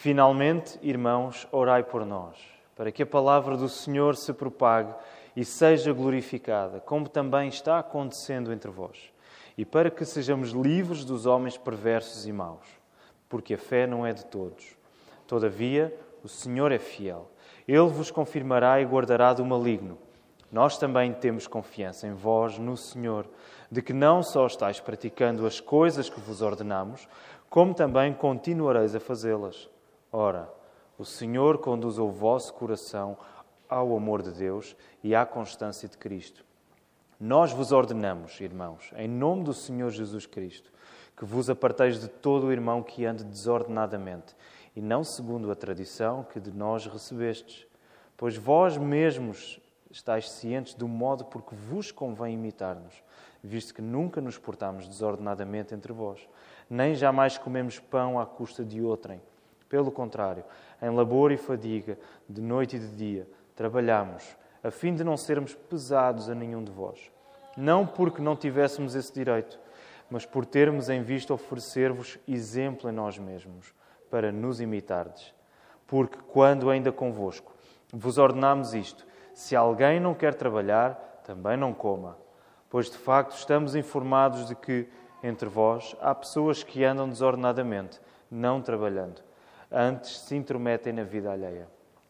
Finalmente, irmãos, orai por nós, para que a palavra do Senhor se propague e seja glorificada, como também está acontecendo entre vós, e para que sejamos livres dos homens perversos e maus, porque a fé não é de todos. Todavia, o Senhor é fiel. Ele vos confirmará e guardará do maligno. Nós também temos confiança em vós, no Senhor, de que não só estáis praticando as coisas que vos ordenamos, como também continuareis a fazê-las. Ora, o Senhor conduz o vosso coração ao amor de Deus e à constância de Cristo. Nós vos ordenamos, irmãos, em nome do Senhor Jesus Cristo, que vos aparteis de todo o irmão que ande desordenadamente, e não segundo a tradição que de nós recebestes. Pois vós mesmos estáis cientes do modo por que vos convém imitar-nos, visto que nunca nos portámos desordenadamente entre vós, nem jamais comemos pão à custa de outrem. Pelo contrário, em labor e fadiga, de noite e de dia, trabalhamos, a fim de não sermos pesados a nenhum de vós. Não porque não tivéssemos esse direito, mas por termos em vista oferecer-vos exemplo em nós mesmos, para nos imitardes. Porque, quando ainda convosco vos ordenámos isto, se alguém não quer trabalhar, também não coma. Pois, de facto, estamos informados de que, entre vós, há pessoas que andam desordenadamente, não trabalhando. Antes se intrometem na vida alheia.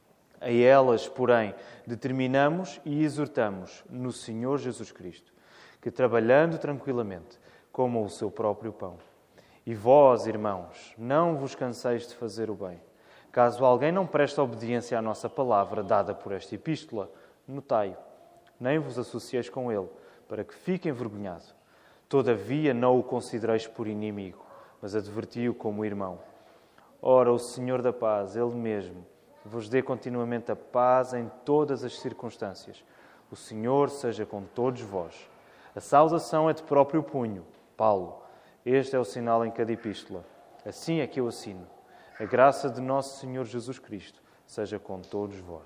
A elas, porém, determinamos e exortamos no Senhor Jesus Cristo, que trabalhando tranquilamente, comam o seu próprio pão. E vós, irmãos, não vos canseis de fazer o bem. Caso alguém não preste obediência à nossa palavra dada por esta epístola, notai-o, nem vos associeis com ele, para que fique envergonhado. Todavia não o considereis por inimigo, mas adverti-o como irmão. Ora, o Senhor da paz, Ele mesmo, vos dê continuamente a paz em todas as circunstâncias. O Senhor seja com todos vós. A saudação é de próprio punho. Paulo. Este é o sinal em cada epístola. Assim é que eu assino. A graça de nosso Senhor Jesus Cristo seja com todos vós.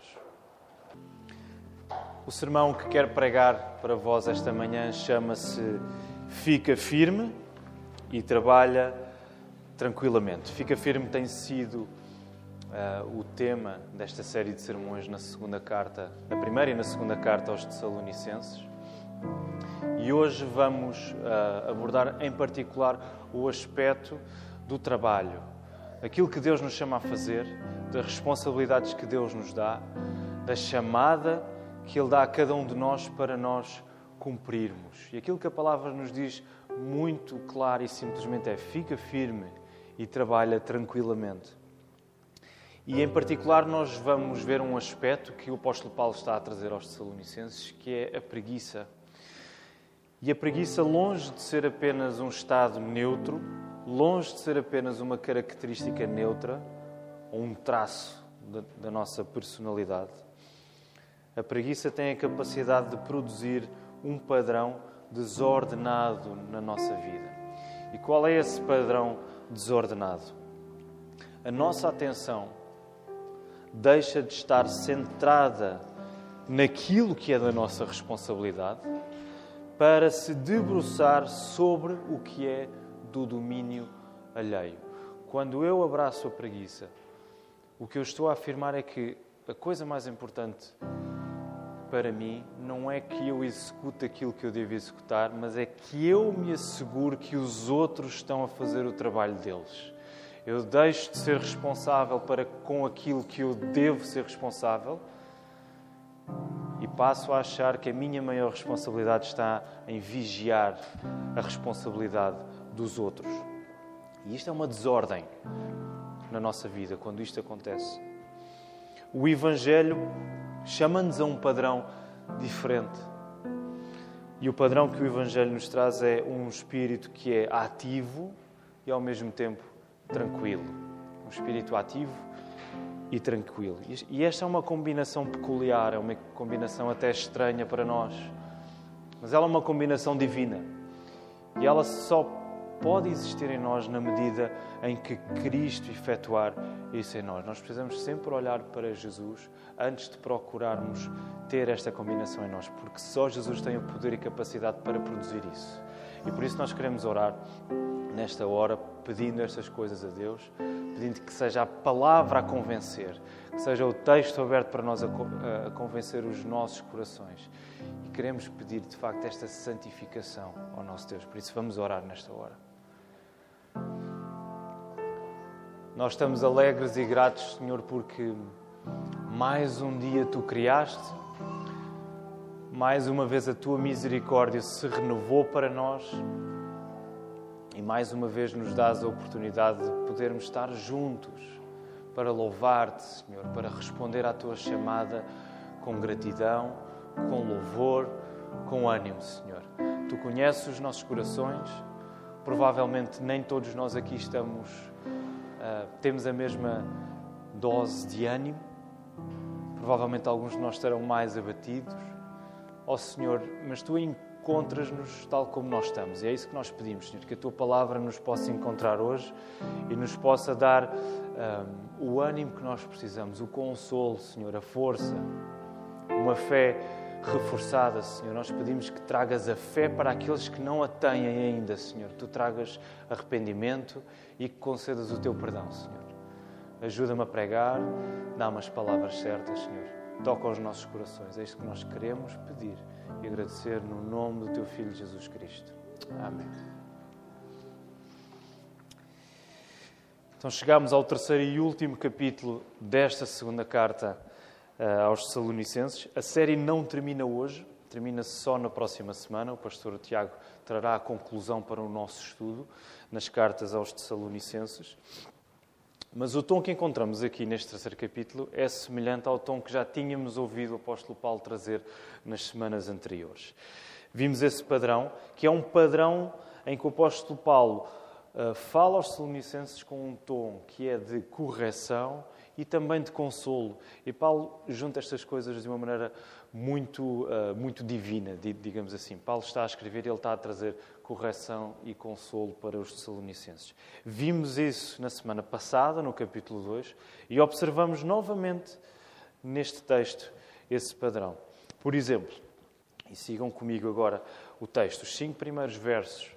O sermão que quero pregar para vós esta manhã chama-se Fica Firme e Trabalha Tranquilamente. Fica Firme tem sido o tema desta série de sermões na primeira e na segunda carta aos Tessalonicenses. E hoje vamos abordar em particular o aspecto do trabalho, aquilo que Deus nos chama a fazer, das responsabilidades que Deus nos dá, da chamada que Ele dá a cada um de nós para nós cumprirmos. E aquilo que a palavra nos diz muito claro e simplesmente é: fica firme e trabalha tranquilamente. E em particular nós vamos ver um aspecto que o apóstolo Paulo está a trazer aos Tessalonicenses, que é a preguiça. E a preguiça, longe de ser apenas um estado neutro, longe de ser apenas uma característica neutra, ou um traço da nossa personalidade, a preguiça tem a capacidade de produzir um padrão desordenado na nossa vida. E qual é esse padrão desordenado? A nossa atenção deixa de estar centrada naquilo que é da nossa responsabilidade para se debruçar sobre o que é do domínio alheio. Quando eu abraço a preguiça, o que eu estou a afirmar é que a coisa mais importante para mim não é que eu execute aquilo que eu devo executar, mas é que eu me asseguro que os outros estão a fazer o trabalho deles. Eu deixo de ser responsável com aquilo que eu devo ser responsável e passo a achar que a minha maior responsabilidade está em vigiar a responsabilidade dos outros. E isto é uma desordem na nossa vida, quando isto acontece. O Evangelho chama-nos a um padrão diferente. E o padrão que o Evangelho nos traz é um espírito que é ativo e, ao mesmo tempo, tranquilo. Um espírito ativo e tranquilo. E esta é uma combinação peculiar, é uma combinação até estranha para nós. Mas ela é uma combinação divina. E ela só pode existir em nós na medida em que Cristo efetuar isso em nós. Nós precisamos sempre olhar para Jesus antes de procurarmos ter esta combinação em nós, porque só Jesus tem o poder e capacidade para produzir isso. E por isso nós queremos orar nesta hora, pedindo estas coisas a Deus, pedindo que seja a palavra a convencer, que seja o texto aberto para nós a convencer os nossos corações. E queremos pedir, de facto, esta santificação ao nosso Deus. Por isso, vamos orar nesta hora. Nós estamos alegres e gratos, Senhor, porque mais um dia Tu criaste, mais uma vez a Tua misericórdia se renovou para nós e mais uma vez nos dás a oportunidade de podermos estar juntos para louvar-Te, Senhor, para responder à Tua chamada com gratidão, com louvor, com ânimo, Senhor. Tu conheces os nossos corações, provavelmente nem todos nós aqui temos a mesma dose de ânimo, provavelmente alguns de nós estarão mais abatidos. Ó Senhor, mas Tu encontras-nos tal como nós estamos. E é isso que nós pedimos, Senhor, que a Tua palavra nos possa encontrar hoje e nos possa dar o ânimo que nós precisamos, o consolo, Senhor, a força, uma fé reforçada, Senhor. Nós pedimos que tragas a fé para aqueles que não a têm ainda, Senhor. Tu tragas arrependimento e que concedas o Teu perdão, Senhor. Ajuda-me a pregar, dá-me as palavras certas, Senhor. Toca aos nossos corações. É isto que nós queremos pedir e agradecer no nome do Teu Filho Jesus Cristo. Amém. Então chegamos ao terceiro e último capítulo desta segunda carta aos Tessalonicenses. A série não termina hoje, termina-se só na próxima semana. O pastor Tiago trará a conclusão para o nosso estudo nas cartas aos Tessalonicenses. Mas o tom que encontramos aqui neste terceiro capítulo é semelhante ao tom que já tínhamos ouvido o apóstolo Paulo trazer nas semanas anteriores. Vimos esse padrão, que é um padrão em que o apóstolo Paulo fala aos Tessalonicenses com um tom que é de correção e também de consolo. E Paulo junta estas coisas de uma maneira muito divina, digamos assim. Paulo está a escrever e ele está a trazer correção e consolo para os Tessalonicenses. Vimos isso na semana passada, no capítulo 2, e observamos novamente neste texto esse padrão. Por exemplo, e sigam comigo agora o texto, os 5 primeiros versos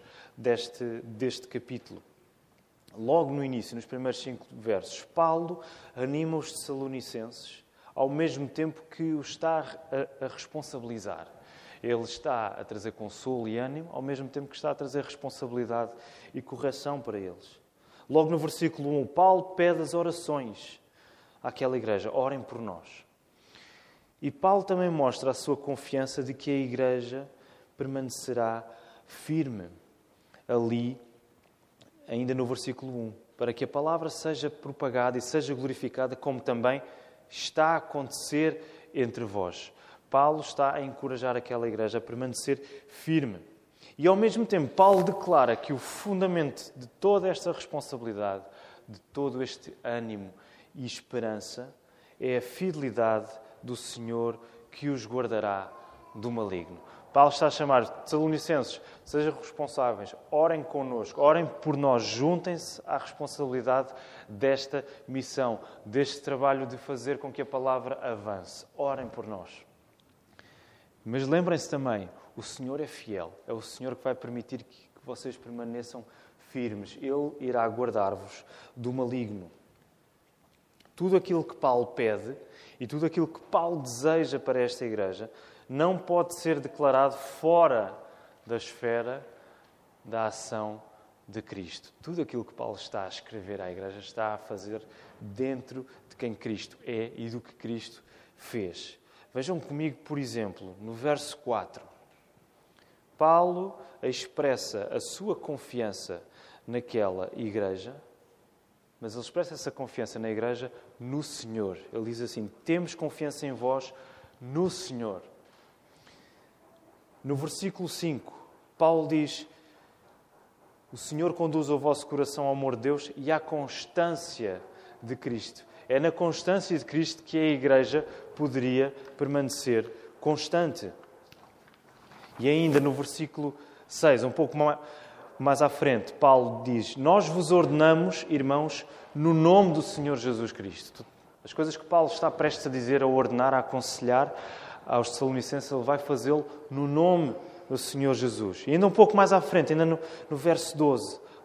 deste capítulo. Logo no início, nos primeiros 5 versos, Paulo anima os Tessalonicenses ao mesmo tempo que os está a responsabilizar. Ele está a trazer consolo e ânimo, ao mesmo tempo que está a trazer responsabilidade e correção para eles. Logo no versículo 1, Paulo pede as orações àquela igreja. Orem por nós. E Paulo também mostra a sua confiança de que a igreja permanecerá firme ali, ainda no versículo 1, para que a palavra seja propagada e seja glorificada, como também está a acontecer entre vós. Paulo está a encorajar aquela igreja a permanecer firme. E, ao mesmo tempo, Paulo declara que o fundamento de toda esta responsabilidade, de todo este ânimo e esperança, é a fidelidade do Senhor que os guardará do maligno. Paulo está a chamar os Tessalonicenses, sejam responsáveis, orem connosco, orem por nós, juntem-se à responsabilidade desta missão, deste trabalho de fazer com que a palavra avance. Orem por nós. Mas lembrem-se também, o Senhor é fiel, é o Senhor que vai permitir que vocês permaneçam firmes. Ele irá guardar-vos do maligno. Tudo aquilo que Paulo pede e tudo aquilo que Paulo deseja para esta igreja não pode ser declarado fora da esfera da ação de Cristo. Tudo aquilo que Paulo está a escrever à igreja está a fazer dentro de quem Cristo é e do que Cristo fez. Vejam comigo, por exemplo, no verso 4. Paulo expressa a sua confiança naquela igreja, mas ele expressa essa confiança na igreja no Senhor. Ele diz assim, temos confiança em vós no Senhor. No versículo 5, Paulo diz, o Senhor conduz o vosso coração ao amor de Deus e à constância de Cristo. É na constância de Cristo que a igreja poderia permanecer constante. E ainda no versículo 6, um pouco mais à frente, Paulo diz, nós vos ordenamos, irmãos, no nome do Senhor Jesus Cristo. As coisas que Paulo está prestes a dizer, a ordenar, a aconselhar aos Tessalonicenses, ele vai fazê-lo no nome do Senhor Jesus. E ainda um pouco mais à frente, ainda no verso 12,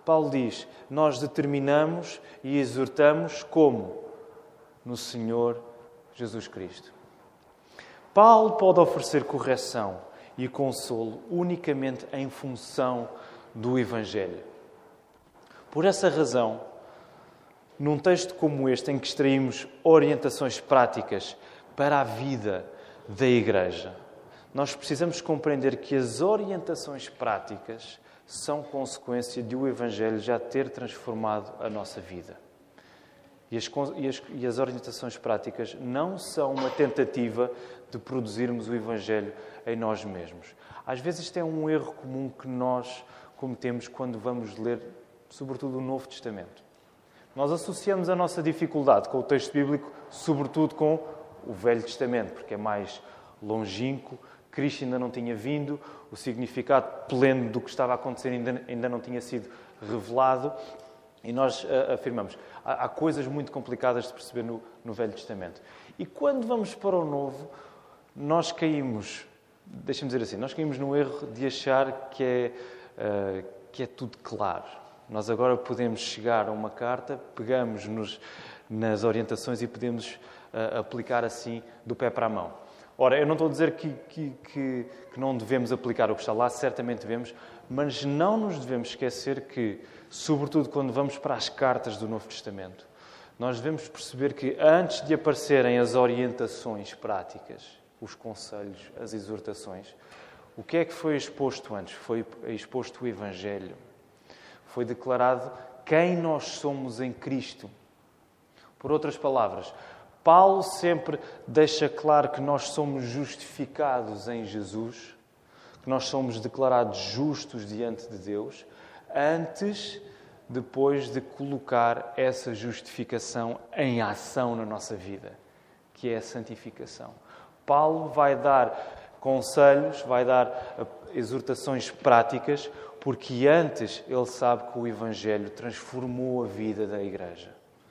Paulo diz, nós determinamos e exortamos como? No Senhor Jesus Cristo. Paulo pode oferecer correção e consolo unicamente em função do Evangelho. Por essa razão, num texto como este, em que extraímos orientações práticas para a vida da Igreja, nós precisamos compreender que as orientações práticas são consequência de o Evangelho já ter transformado a nossa vida. E as orientações práticas não são uma tentativa de produzirmos o Evangelho em nós mesmos. Às vezes isto é um erro comum que nós cometemos quando vamos ler, sobretudo, o Novo Testamento. Nós associamos a nossa dificuldade com o texto bíblico, sobretudo com o Velho Testamento, porque é mais longínquo, Cristo ainda não tinha vindo, o significado pleno do que estava a acontecer ainda não tinha sido revelado. E nós afirmamos, há coisas muito complicadas de perceber no Velho Testamento. E quando vamos para o Novo, nós caímos, deixa-me dizer assim, nós caímos no erro de achar que é tudo claro. Nós agora podemos chegar a uma carta, pegamos nas orientações e podemos aplicar assim do pé para a mão. Ora, eu não estou a dizer que não devemos aplicar o que está lá, certamente devemos, mas não nos devemos esquecer que, sobretudo quando vamos para as cartas do Novo Testamento, nós devemos perceber que antes de aparecerem as orientações práticas, os conselhos, as exortações, o que é que foi exposto antes? Foi exposto o Evangelho. Foi declarado quem nós somos em Cristo. Por outras palavras, Paulo sempre deixa claro que nós somos justificados em Jesus, que nós somos declarados justos diante de Deus, depois de colocar essa justificação em ação na nossa vida, que é a santificação. Paulo vai dar conselhos, vai dar exortações práticas, porque antes ele sabe que o Evangelho transformou a vida da Igreja.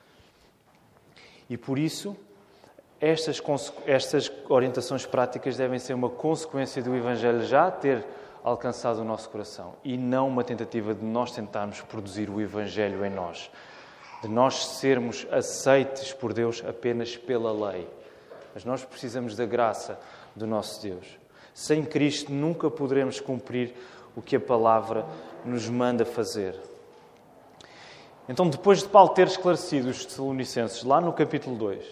E por isso, estas orientações práticas devem ser uma consequência do Evangelho já ter alcançado o nosso coração e não uma tentativa de nós tentarmos produzir o Evangelho em nós, de nós sermos aceites por Deus apenas pela lei. Mas nós precisamos da graça do nosso Deus. Sem Cristo nunca poderemos cumprir o que a palavra nos manda fazer. Então, depois de Paulo ter esclarecido os Tessalonicenses, lá no capítulo 2,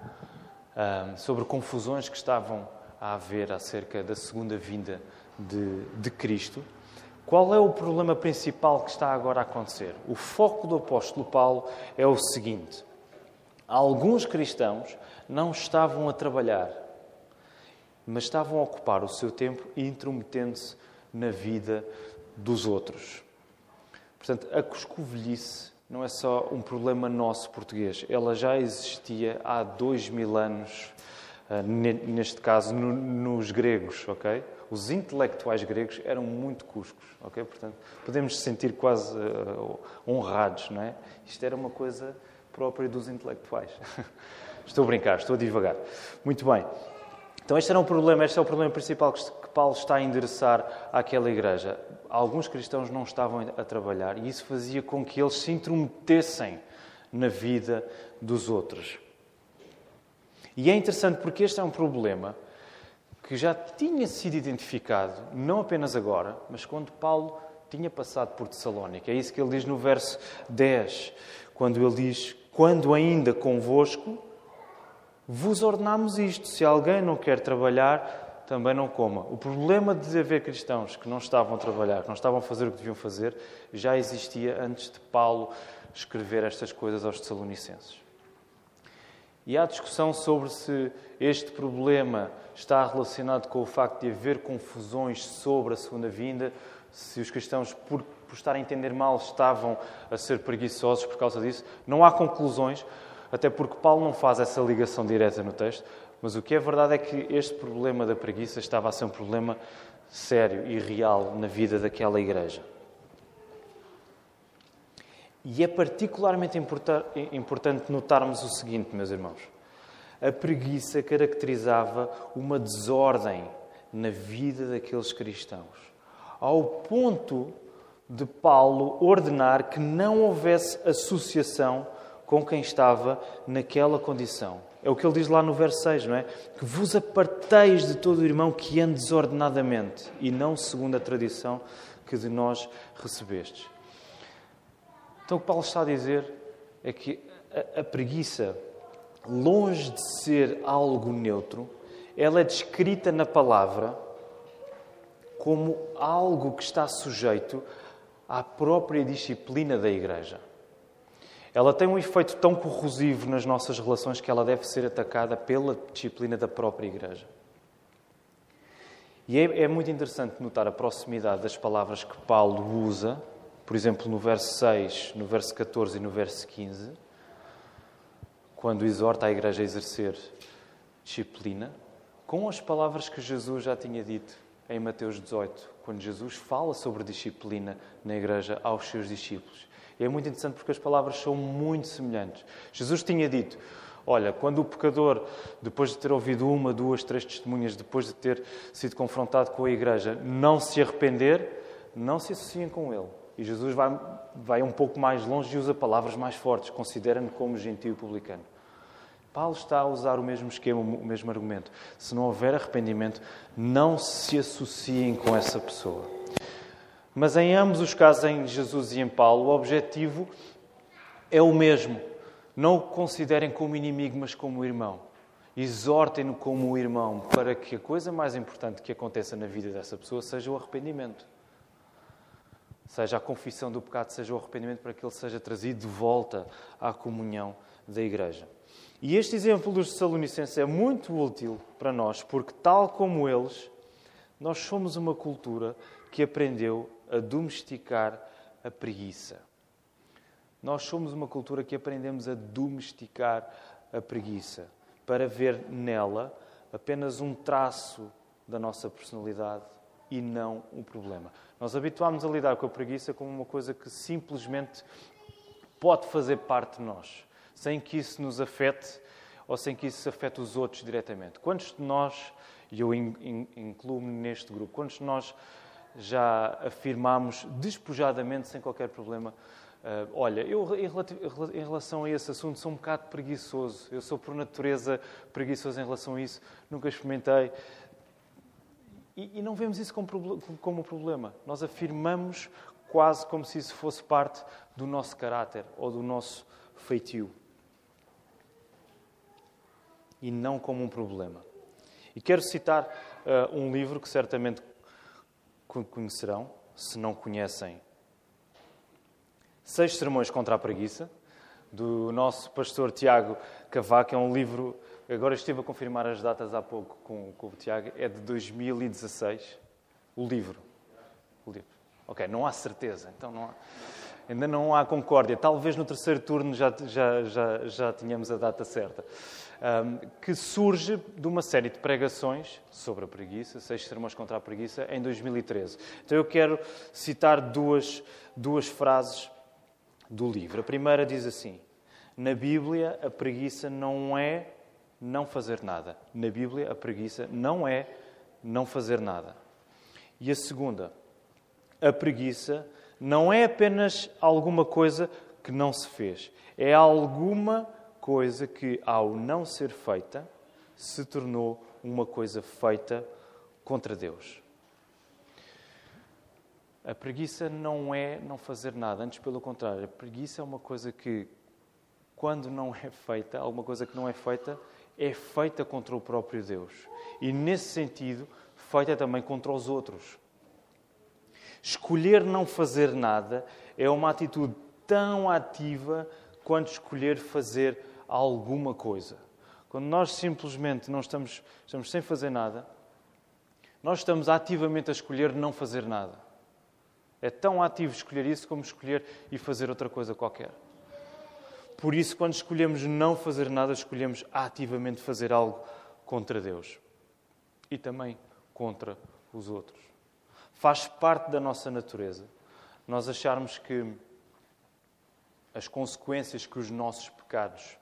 sobre confusões que estavam a haver acerca da segunda vinda de Cristo, qual é o problema principal que está agora a acontecer? O foco do apóstolo Paulo é o seguinte: alguns cristãos não estavam a trabalhar, mas estavam a ocupar o seu tempo intrometendo-se na vida dos outros. Portanto, a coscovilhice não é só um problema nosso português. Ela já existia há 2000 anos, neste caso, nos gregos, ok? Os intelectuais gregos eram muito cuscos, ok? Portanto, podemos nos sentir quase honrados, não é? Isto era uma coisa própria dos intelectuais. Estou a brincar, estou a divagar. Muito bem. Então, este é o problema principal que Paulo está a endereçar àquela igreja. Alguns cristãos não estavam a trabalhar e isso fazia com que eles se intrometessem na vida dos outros. E é interessante porque este é um problema que já tinha sido identificado, não apenas agora, mas quando Paulo tinha passado por Tessalónica. É isso que ele diz no verso 10, quando ele diz: quando ainda convosco vos ordenámos isto, se alguém não quer trabalhar, também não coma. O problema de haver cristãos que não estavam a trabalhar, que não estavam a fazer o que deviam fazer, já existia antes de Paulo escrever estas coisas aos Tessalonicenses. E há discussão sobre se este problema está relacionado com o facto de haver confusões sobre a segunda vinda, se os cristãos, por estarem a entender mal, estavam a ser preguiçosos por causa disso. Não há conclusões, até porque Paulo não faz essa ligação direta no texto, mas o que é verdade é que este problema da preguiça estava a ser um problema sério e real na vida daquela igreja. E é particularmente importante notarmos o seguinte, meus irmãos. A preguiça caracterizava uma desordem na vida daqueles cristãos, ao ponto de Paulo ordenar que não houvesse associação com quem estava naquela condição. É o que ele diz lá no verso 6, não é? Que vos aparteis de todo o irmão que ande desordenadamente e não segundo a tradição que de nós recebestes. Então o que Paulo está a dizer é que a preguiça, longe de ser algo neutro, ela é descrita na palavra como algo que está sujeito à própria disciplina da Igreja. Ela tem um efeito tão corrosivo nas nossas relações que ela deve ser atacada pela disciplina da própria Igreja. E é muito interessante notar a proximidade das palavras que Paulo usa, por exemplo, no verso 6, no verso 14 e no verso 15, quando exorta a Igreja a exercer disciplina, com as palavras que Jesus já tinha dito em Mateus 18, quando Jesus fala sobre disciplina na Igreja aos seus discípulos. E é muito interessante porque as palavras são muito semelhantes. Jesus tinha dito, olha, quando o pecador, depois de ter ouvido 1, 2, 3 testemunhas, depois de ter sido confrontado com a Igreja, não se arrepender, não se associem com ele. E Jesus vai um pouco mais longe e usa palavras mais fortes, considera-no como gentio e publicano. Paulo está a usar o mesmo esquema, o mesmo argumento. Se não houver arrependimento, não se associem com essa pessoa. Mas em ambos os casos, em Jesus e em Paulo, o objetivo é o mesmo. Não o considerem como inimigo, mas como irmão. Exortem-no como irmão, para que a coisa mais importante que aconteça na vida dessa pessoa seja o arrependimento. Seja a confissão do pecado, seja o arrependimento, para que ele seja trazido de volta à comunhão da Igreja. E este exemplo dos Tessalonicenses é muito útil para nós, porque, tal como eles, nós somos uma cultura que aprendeu a domesticar a preguiça. Nós somos uma cultura que aprendemos a domesticar a preguiça, para ver nela apenas um traço da nossa personalidade e não um problema. Nós habituámos a lidar com a preguiça como uma coisa que simplesmente pode fazer parte de nós, sem que isso nos afete ou sem que isso afete os outros diretamente. Quantos de nós, e eu incluo-me neste grupo, quantos de nós já afirmámos despojadamente, sem qualquer problema, olha, eu em relação a esse assunto sou um bocado preguiçoso, eu sou por natureza preguiçoso em relação a isso, nunca experimentei. E não vemos isso como um problema. Nós afirmamos quase como se isso fosse parte do nosso caráter ou do nosso feitio. E não como um problema. E quero citar um livro que certamente conhecerão, se não conhecem, 6 Sermões contra a Preguiça, do nosso pastor Tiago Cavaco. É um livro, agora estive a confirmar as datas há pouco com o Tiago, é de 2016, o livro. Ok, não há certeza, então ainda não há concórdia. Talvez no terceiro turno já tínhamos a data certa. Que surge de uma série de pregações sobre a preguiça, 6 Sermões contra a Preguiça, em 2013. Então eu quero citar duas frases do livro. A primeira diz assim: na Bíblia a preguiça não é não fazer nada. Na Bíblia a preguiça não é não fazer nada. E a segunda: a preguiça não é apenas alguma coisa que não se fez. É alguma coisa que, ao não ser feita, se tornou uma coisa feita contra Deus. A preguiça não é não fazer nada, antes pelo contrário. A preguiça é uma coisa que, quando não é feita, alguma coisa que não é feita contra o próprio Deus. E, nesse sentido, feita também contra os outros. Escolher não fazer nada é uma atitude tão ativa quanto escolher fazer alguma coisa. Quando nós simplesmente não estamos sem fazer nada, nós estamos ativamente a escolher não fazer nada. É tão ativo escolher isso como escolher e fazer outra coisa qualquer. Por isso, quando escolhemos não fazer nada, escolhemos ativamente fazer algo contra Deus. E também contra os outros. Faz parte da nossa natureza nós acharmos que as consequências que os nossos pecados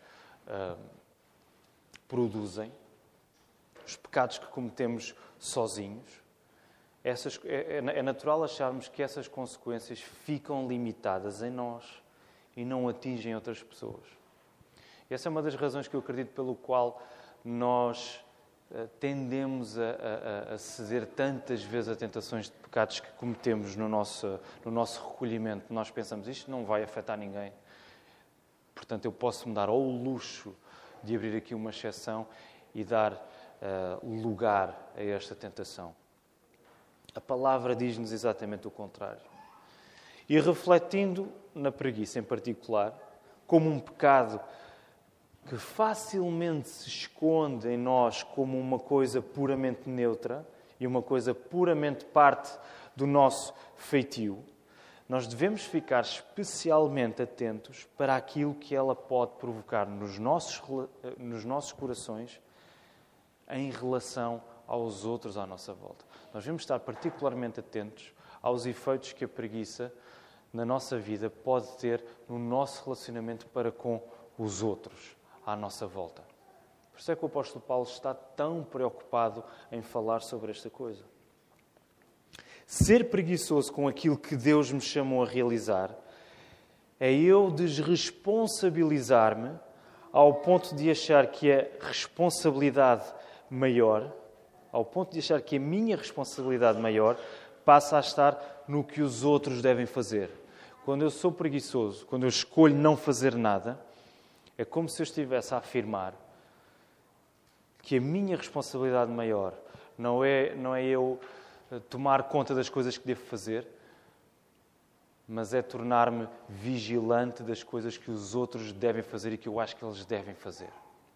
produzem, os pecados que cometemos sozinhos, É natural acharmos que essas consequências ficam limitadas em nós e não atingem outras pessoas. E essa é uma das razões que eu acredito pelo qual nós tendemos a ceder tantas vezes a tentações de pecados que cometemos no nosso recolhimento. Nós pensamos, isto não vai afetar ninguém. Portanto, eu posso me dar ao luxo de abrir aqui uma exceção e dar lugar a esta tentação. A palavra diz-nos exatamente o contrário. E refletindo na preguiça em particular, como um pecado que facilmente se esconde em nós como uma coisa puramente neutra e uma coisa puramente parte do nosso feitio, nós devemos ficar especialmente atentos para aquilo que ela pode provocar nos nossos corações em relação aos outros à nossa volta. Nós devemos estar particularmente atentos aos efeitos que a preguiça na nossa vida pode ter no nosso relacionamento para com os outros à nossa volta. Por isso é que o apóstolo Paulo está tão preocupado em falar sobre esta coisa. Ser preguiçoso com aquilo que Deus me chamou a realizar é eu desresponsabilizar-me ao ponto de achar que a responsabilidade maior, ao ponto de achar que a minha responsabilidade maior passa a estar no que os outros devem fazer. Quando eu sou preguiçoso, quando eu escolho não fazer nada, é como se eu estivesse a afirmar que a minha responsabilidade maior não é eu tomar conta das coisas que devo fazer, mas é tornar-me vigilante das coisas que os outros devem fazer e que eu acho que eles devem fazer.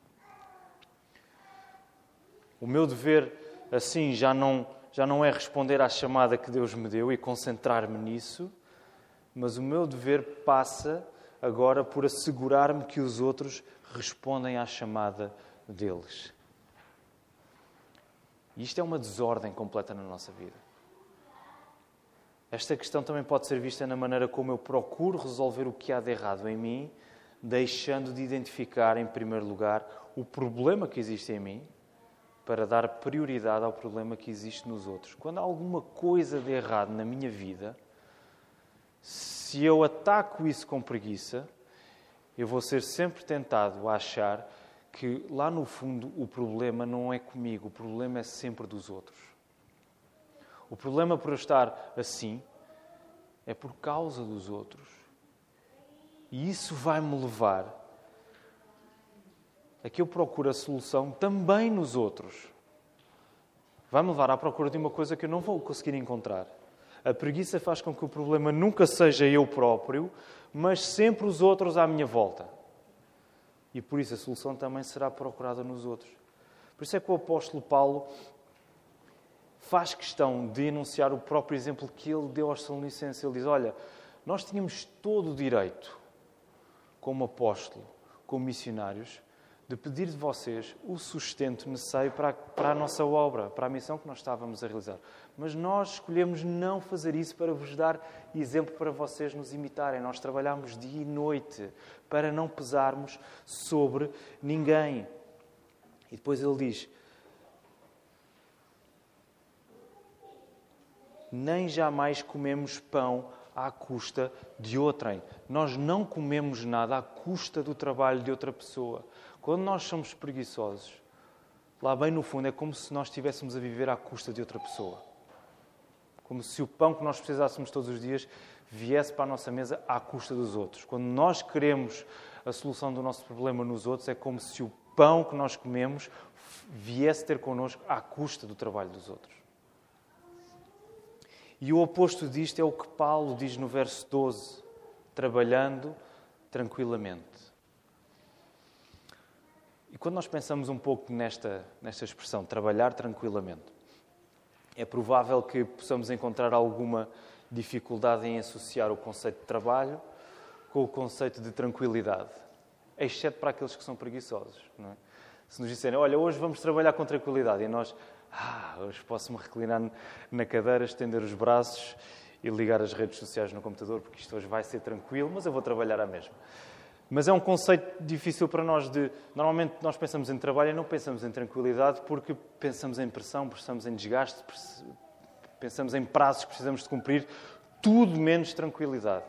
O meu dever, assim, já não é responder à chamada que Deus me deu e concentrar-me nisso, mas o meu dever passa agora por assegurar-me que os outros respondem à chamada deles. E isto é uma desordem completa na nossa vida. Esta questão também pode ser vista na maneira como eu procuro resolver o que há de errado em mim, deixando de identificar, em primeiro lugar, o problema que existe em mim, para dar prioridade ao problema que existe nos outros. Quando há alguma coisa de errado na minha vida, se eu ataco isso com preguiça, eu vou ser sempre tentado a achar que lá no fundo o problema não é comigo, o problema é sempre dos outros. O problema por eu estar assim é por causa dos outros. E isso vai-me levar a que eu procure a solução também nos outros. Vai-me levar à procura de uma coisa que eu não vou conseguir encontrar. A preguiça faz com que o problema nunca seja eu próprio, mas sempre os outros à minha volta. E por isso a solução também será procurada nos outros. Por isso é que o apóstolo Paulo faz questão de enunciar o próprio exemplo que ele deu aos Tessalonicenses. Ele diz, olha, nós tínhamos todo o direito, como apóstolo, como missionários, de pedir de vocês o sustento necessário para a nossa obra, para a missão que nós estávamos a realizar. Mas nós escolhemos não fazer isso para vos dar exemplo para vocês nos imitarem. Nós trabalhamos dia e noite para não pesarmos sobre ninguém. E depois ele diz, nem jamais comemos pão à custa de outrem. Nós não comemos nada à custa do trabalho de outra pessoa. Quando nós somos preguiçosos, lá bem no fundo é como se nós estivéssemos a viver à custa de outra pessoa. Como se o pão que nós precisássemos todos os dias viesse para a nossa mesa à custa dos outros. Quando nós queremos a solução do nosso problema nos outros, é como se o pão que nós comemos viesse ter connosco à custa do trabalho dos outros. E o oposto disto é o que Paulo diz no verso 12, trabalhando tranquilamente. E quando nós pensamos um pouco nesta expressão, trabalhar tranquilamente, é provável que possamos encontrar alguma dificuldade em associar o conceito de trabalho com o conceito de tranquilidade, exceto para aqueles que são preguiçosos, não é? Se nos disserem, olha, hoje vamos trabalhar com tranquilidade, e nós, hoje posso-me reclinar na cadeira, estender os braços e ligar as redes sociais no computador, porque isto hoje vai ser tranquilo, mas eu vou trabalhar à mesma. Mas é um conceito difícil para nós de... Normalmente nós pensamos em trabalho e não pensamos em tranquilidade porque pensamos em pressão, pensamos em desgaste, Pensamos em prazos que precisamos de cumprir, tudo menos tranquilidade.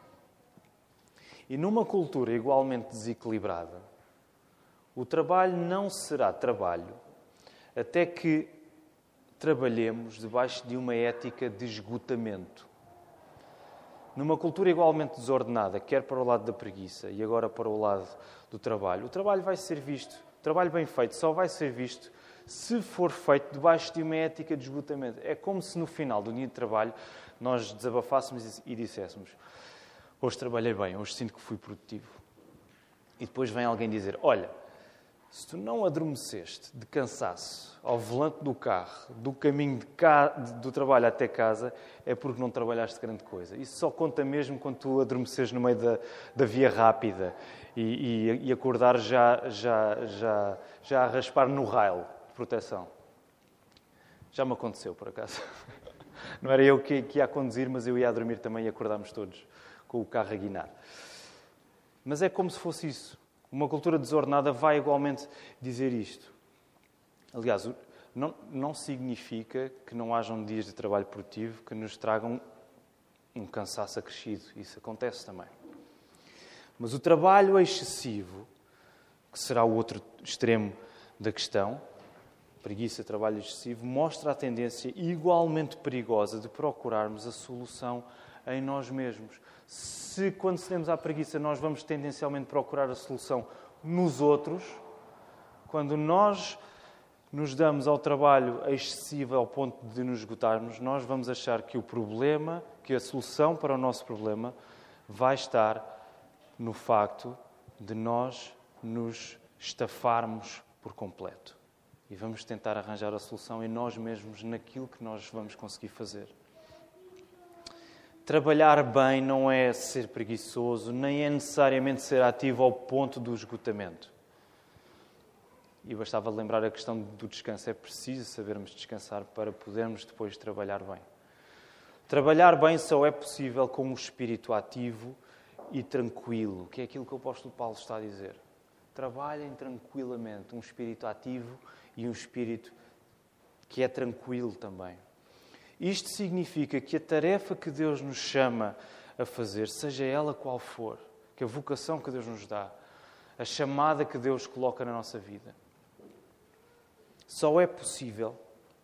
E numa cultura igualmente desequilibrada, o trabalho não será trabalho até que trabalhemos debaixo de uma ética de esgotamento. Numa cultura igualmente desordenada, quer para o lado da preguiça e agora para o lado do trabalho, o trabalho vai ser visto, o trabalho bem feito só vai ser visto se for feito debaixo de uma ética de esgotamento. É como se no final do dia de trabalho nós desabafássemos e disséssemos: hoje trabalhei bem, hoje sinto que fui produtivo. E depois vem alguém dizer: olha, se tu não adormeceste de cansaço ao volante do carro, do caminho do trabalho até casa, é porque não trabalhaste grande coisa. Isso só conta mesmo quando tu adormeces no meio da via rápida e acordar já a raspar no rail de proteção. Já me aconteceu, por acaso. Não era eu que ia a conduzir, mas eu ia a dormir também e acordámos todos com o carro a guinar. Mas é como se fosse isso. Uma cultura desordenada vai igualmente dizer isto. Aliás, não significa que não hajam dias de trabalho produtivo que nos tragam um cansaço acrescido. Isso acontece também. Mas o trabalho excessivo, que será o outro extremo da questão, preguiça, trabalho excessivo, mostra a tendência igualmente perigosa de procurarmos a solução em nós mesmos. Se, quando cedemos à preguiça, nós vamos tendencialmente procurar a solução nos outros, quando nós nos damos ao trabalho excessivo ao ponto de nos esgotarmos, nós vamos achar que o problema, que a solução para o nosso problema vai estar no facto de nós nos estafarmos por completo. E vamos tentar arranjar a solução em nós mesmos, naquilo que nós vamos conseguir fazer. Trabalhar bem não é ser preguiçoso, nem é necessariamente ser ativo ao ponto do esgotamento. E bastava lembrar a questão do descanso. É preciso sabermos descansar para podermos depois trabalhar bem. Trabalhar bem só é possível com um espírito ativo e tranquilo, que é aquilo que o apóstolo Paulo está a dizer. Trabalhem tranquilamente, um espírito ativo e um espírito que é tranquilo também. Isto significa que a tarefa que Deus nos chama a fazer, seja ela qual for, que a vocação que Deus nos dá, a chamada que Deus coloca na nossa vida, só é possível,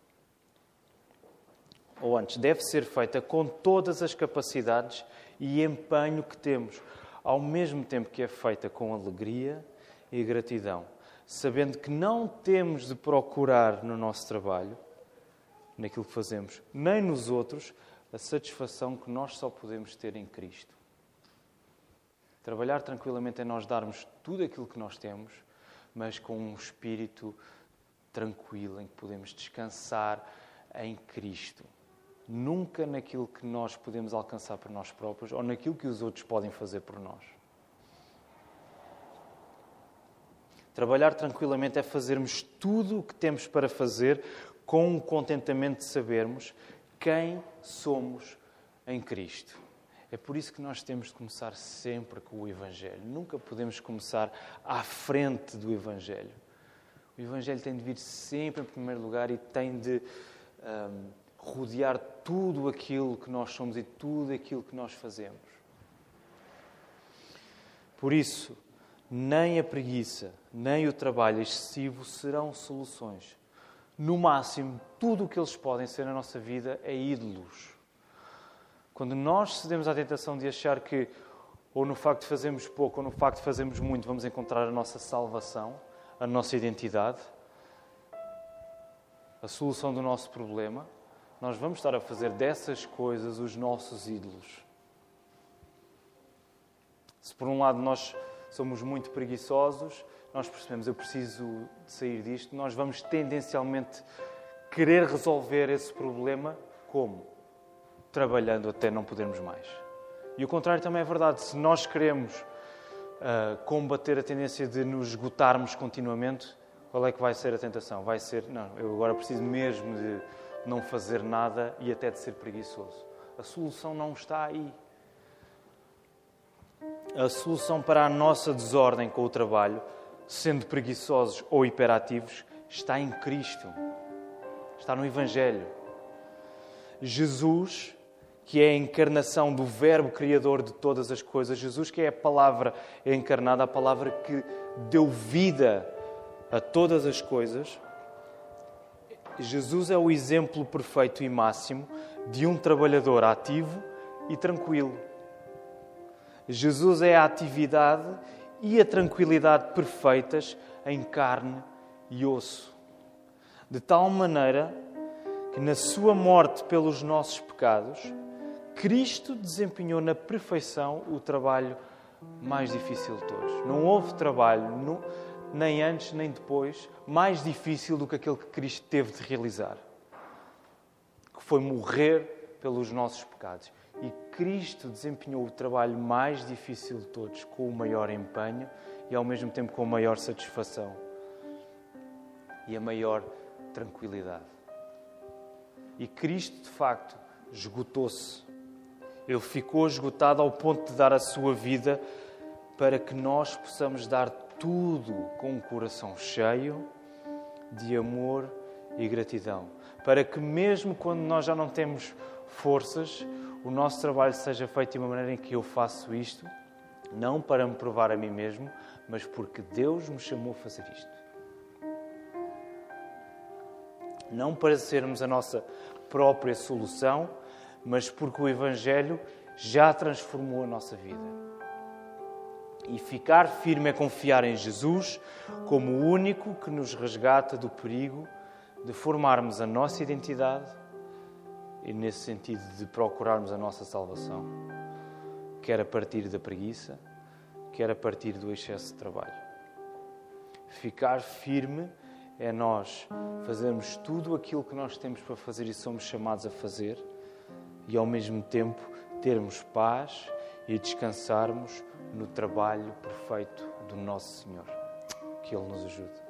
ou antes, deve ser feita com todas as capacidades e empenho que temos, ao mesmo tempo que é feita com alegria e gratidão, sabendo que não temos de procurar no nosso trabalho, naquilo que fazemos, nem nos outros, a satisfação que nós só podemos ter em Cristo. Trabalhar tranquilamente é nós darmos tudo aquilo que nós temos, mas com um espírito tranquilo, em que podemos descansar em Cristo. Nunca naquilo que nós podemos alcançar por nós próprios ou naquilo que os outros podem fazer por nós. Trabalhar tranquilamente é fazermos tudo o que temos para fazer com o contentamento de sabermos quem somos em Cristo. É por isso que nós temos de começar sempre com o Evangelho. Nunca podemos começar à frente do Evangelho. O Evangelho tem de vir sempre em primeiro lugar e tem de rodear tudo aquilo que nós somos e tudo aquilo que nós fazemos. Por isso, nem a preguiça, nem o trabalho excessivo serão soluções. No máximo, tudo o que eles podem ser na nossa vida é ídolos. Quando nós cedemos à tentação de achar que, ou no facto de fazermos pouco, ou no facto de fazermos muito, vamos encontrar a nossa salvação, a nossa identidade, a solução do nosso problema, nós vamos estar a fazer dessas coisas os nossos ídolos. Se por um lado nós somos muito preguiçosos, nós percebemos, eu preciso de sair disto, nós vamos tendencialmente querer resolver esse problema como? Trabalhando até não podermos mais. E o contrário também é verdade. Se nós queremos combater a tendência de nos esgotarmos continuamente, qual é que vai ser a tentação? Vai ser, não, eu agora preciso mesmo de não fazer nada e até de ser preguiçoso. A solução não está aí. A solução para a nossa desordem com o trabalho, sendo preguiçosos ou hiperativos, está em Cristo. Está no Evangelho. Jesus, que é a encarnação do Verbo Criador de todas as coisas, Jesus que é a palavra encarnada, a palavra que deu vida a todas as coisas, Jesus é o exemplo perfeito e máximo de um trabalhador ativo e tranquilo. Jesus é a atividade e a tranquilidade perfeitas em carne e osso. De tal maneira que na sua morte pelos nossos pecados, Cristo desempenhou na perfeição o trabalho mais difícil de todos. Não houve trabalho, nem antes nem depois, mais difícil do que aquele que Cristo teve de realizar. Que foi morrer pelos nossos pecados. E Cristo desempenhou o trabalho mais difícil de todos com o maior empenho e ao mesmo tempo com a maior satisfação e a maior tranquilidade. E Cristo, de facto, esgotou-se. Ele ficou esgotado ao ponto de dar a sua vida para que nós possamos dar tudo com um coração cheio de amor e gratidão. Para que mesmo quando nós já não temos forças, o nosso trabalho seja feito de uma maneira em que eu faço isto, não para me provar a mim mesmo, mas porque Deus me chamou a fazer isto. Não para sermos a nossa própria solução, mas porque o Evangelho já transformou a nossa vida. E ficar firme é confiar em Jesus como o único que nos resgata do perigo de formarmos a nossa identidade e, nesse sentido, de procurarmos a nossa salvação, quer a partir da preguiça, quer a partir do excesso de trabalho. Ficar firme é nós fazermos tudo aquilo que nós temos para fazer e somos chamados a fazer e, ao mesmo tempo, termos paz e descansarmos no trabalho perfeito do nosso Senhor. Que Ele nos ajude.